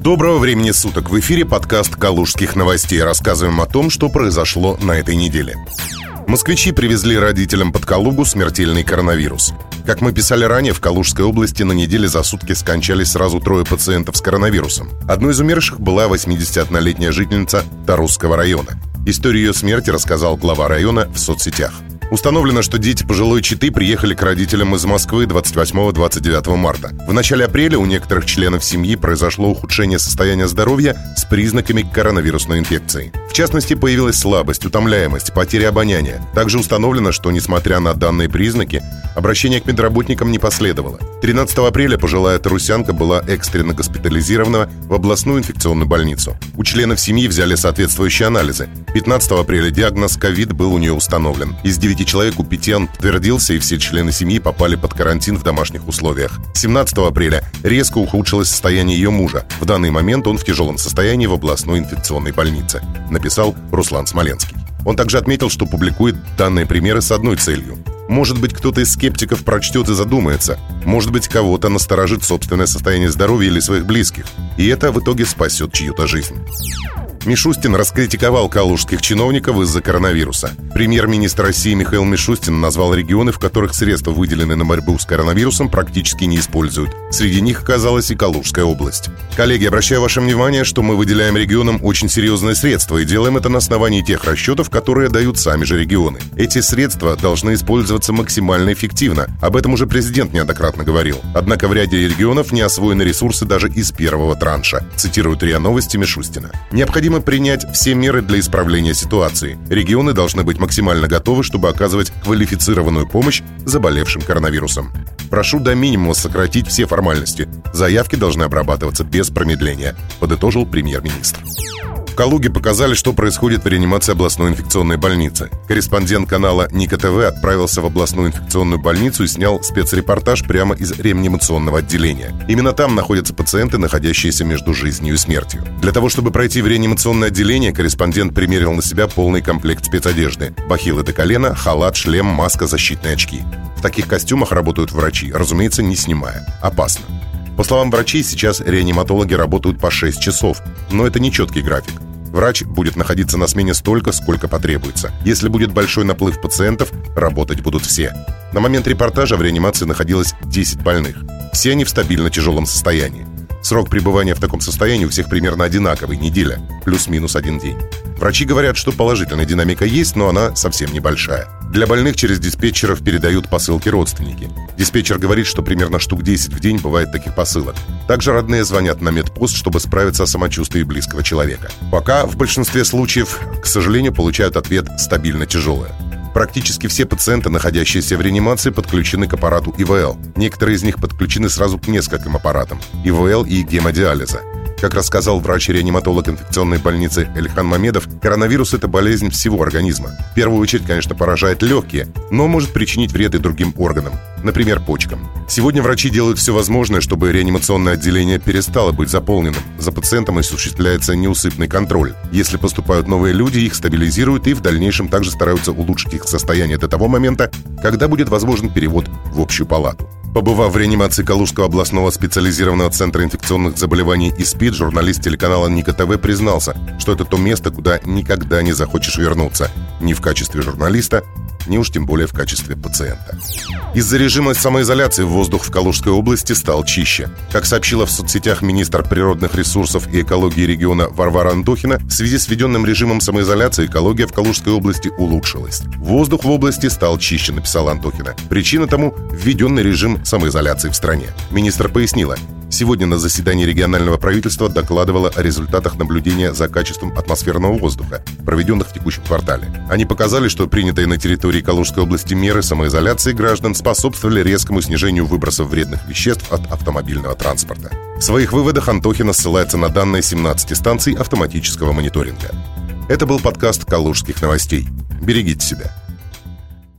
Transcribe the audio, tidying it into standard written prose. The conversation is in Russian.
Доброго времени суток! В эфире подкаст «Калужских новостей». Рассказываем о том, что произошло на этой неделе. Москвичи привезли родителям под Калугу смертельный коронавирус. Как мы писали ранее, в Калужской области на неделе за сутки скончались сразу 3 пациентов с коронавирусом. Одной из умерших была 81-летняя жительница Тарусского района. Историю ее смерти рассказал глава района в соцсетях. Установлено, что дети пожилой четы приехали к родителям из Москвы 28-29 марта. В начале апреля у некоторых членов семьи произошло ухудшение состояния здоровья с признаками коронавирусной инфекции. В частности, появилась слабость, утомляемость, потеря обоняния. Также установлено, что, несмотря на данные признаки, обращение к медработникам не последовало. 13 апреля пожилая тарусянка была экстренно госпитализирована в областную инфекционную больницу. У членов семьи взяли соответствующие анализы. 15 апреля диагноз ковид был у нее установлен. Из 9 человек у 5 он подтвердился, и все члены семьи попали под карантин в домашних условиях. 17 апреля резко ухудшилось состояние ее мужа. В данный момент он в тяжелом состоянии в областной инфекционной больнице, написал Руслан Смоленский. Он также отметил, что публикует данные примеры с одной целью. Может быть, кто-то из скептиков прочтет и задумается. Может быть, кого-то насторожит собственное состояние здоровья или своих близких. И это в итоге спасет чью-то жизнь. Мишустин раскритиковал калужских чиновников из-за коронавируса. Премьер-министр России Михаил Мишустин назвал регионы, в которых средства, выделенные на борьбу с коронавирусом, практически не используют. Среди них оказалась и Калужская область. Коллеги, обращаю ваше внимание, что мы выделяем регионам очень серьезные средства и делаем это на основании тех расчетов, которые дают сами же регионы. Эти средства должны использоваться максимально эффективно. Об этом уже президент неоднократно говорил. Однако в ряде регионов не освоены ресурсы даже из первого транша, цитирует РИА Новости Мишустина. Необходимо принять все меры для исправления ситуации. Регионы должны быть максимально готовы, чтобы оказывать квалифицированную помощь заболевшим коронавирусом. Прошу до минимума сократить все формальности. Заявки должны обрабатываться без промедления, подытожил премьер-министр. В Калуге показали, что происходит в реанимации областной инфекционной больницы. Корреспондент канала Ника ТВ отправился в областную инфекционную больницу и снял спецрепортаж прямо из реанимационного отделения. Именно там находятся пациенты, находящиеся между жизнью и смертью. Для того, чтобы пройти в реанимационное отделение, корреспондент примерил на себя полный комплект спецодежды: бахилы до колена, халат, шлем, маска, защитные очки. В таких костюмах работают врачи, разумеется, не снимая. Опасно. По словам врачей, сейчас реаниматологи работают по 6 часов, но это не четкий график. Врач будет находиться на смене столько, сколько потребуется. Если будет большой наплыв пациентов, работать будут все. На момент репортажа в реанимации находилось 10 больных. Все они в стабильно тяжелом состоянии. Срок пребывания в таком состоянии у всех примерно одинаковый – неделя, плюс-минус 1 день. Врачи говорят, что положительная динамика есть, но она совсем небольшая. Для больных через диспетчеров передают посылки родственники. Диспетчер говорит, что примерно штук 10 в день бывает таких посылок. Также родные звонят на медпост, чтобы справиться о самочувствии близкого человека. Пока в большинстве случаев, к сожалению, получают ответ «стабильно тяжелое». Практически все пациенты, находящиеся в реанимации, подключены к аппарату ИВЛ. Некоторые из них подключены сразу к нескольким аппаратам – ИВЛ и гемодиализа. Как рассказал врач-реаниматолог инфекционной больницы Эльхан Мамедов, коронавирус – это болезнь всего организма. В первую очередь, конечно, поражает легкие, но может причинить вред и другим органам, например, почкам. Сегодня врачи делают все возможное, чтобы реанимационное отделение перестало быть заполненным. За пациентом осуществляется неусыпный контроль. Если поступают новые люди, их стабилизируют и в дальнейшем также стараются улучшить их состояние до того момента, когда будет возможен перевод в общую палату. Побывав в реанимации Калужского областного специализированного центра инфекционных заболеваний ИСПИД, журналист телеканала Ника ТВ признался, что это то место, куда никогда не захочешь вернуться. Ни в качестве журналиста, ни уж тем более в качестве пациента. Из-за режима самоизоляции воздух в Калужской области стал чище. Как сообщила в соцсетях министр природных ресурсов и экологии региона Варвара Антохина, в связи с введенным режимом самоизоляции экология в Калужской области улучшилась. Воздух в области стал чище, написала Антохина. Причина тому – введенный режим самоизоляции в стране. Министр пояснила, сегодня на заседании регионального правительства докладывала о результатах наблюдения за качеством атмосферного воздуха, проведенных в текущем квартале. Они показали, что принятые на территории Калужской области меры самоизоляции граждан способствовали резкому снижению выбросов вредных веществ от автомобильного транспорта. В своих выводах Антохина ссылается на данные 17 станций автоматического мониторинга. Это был подкаст «Калужских новостей». Берегите себя.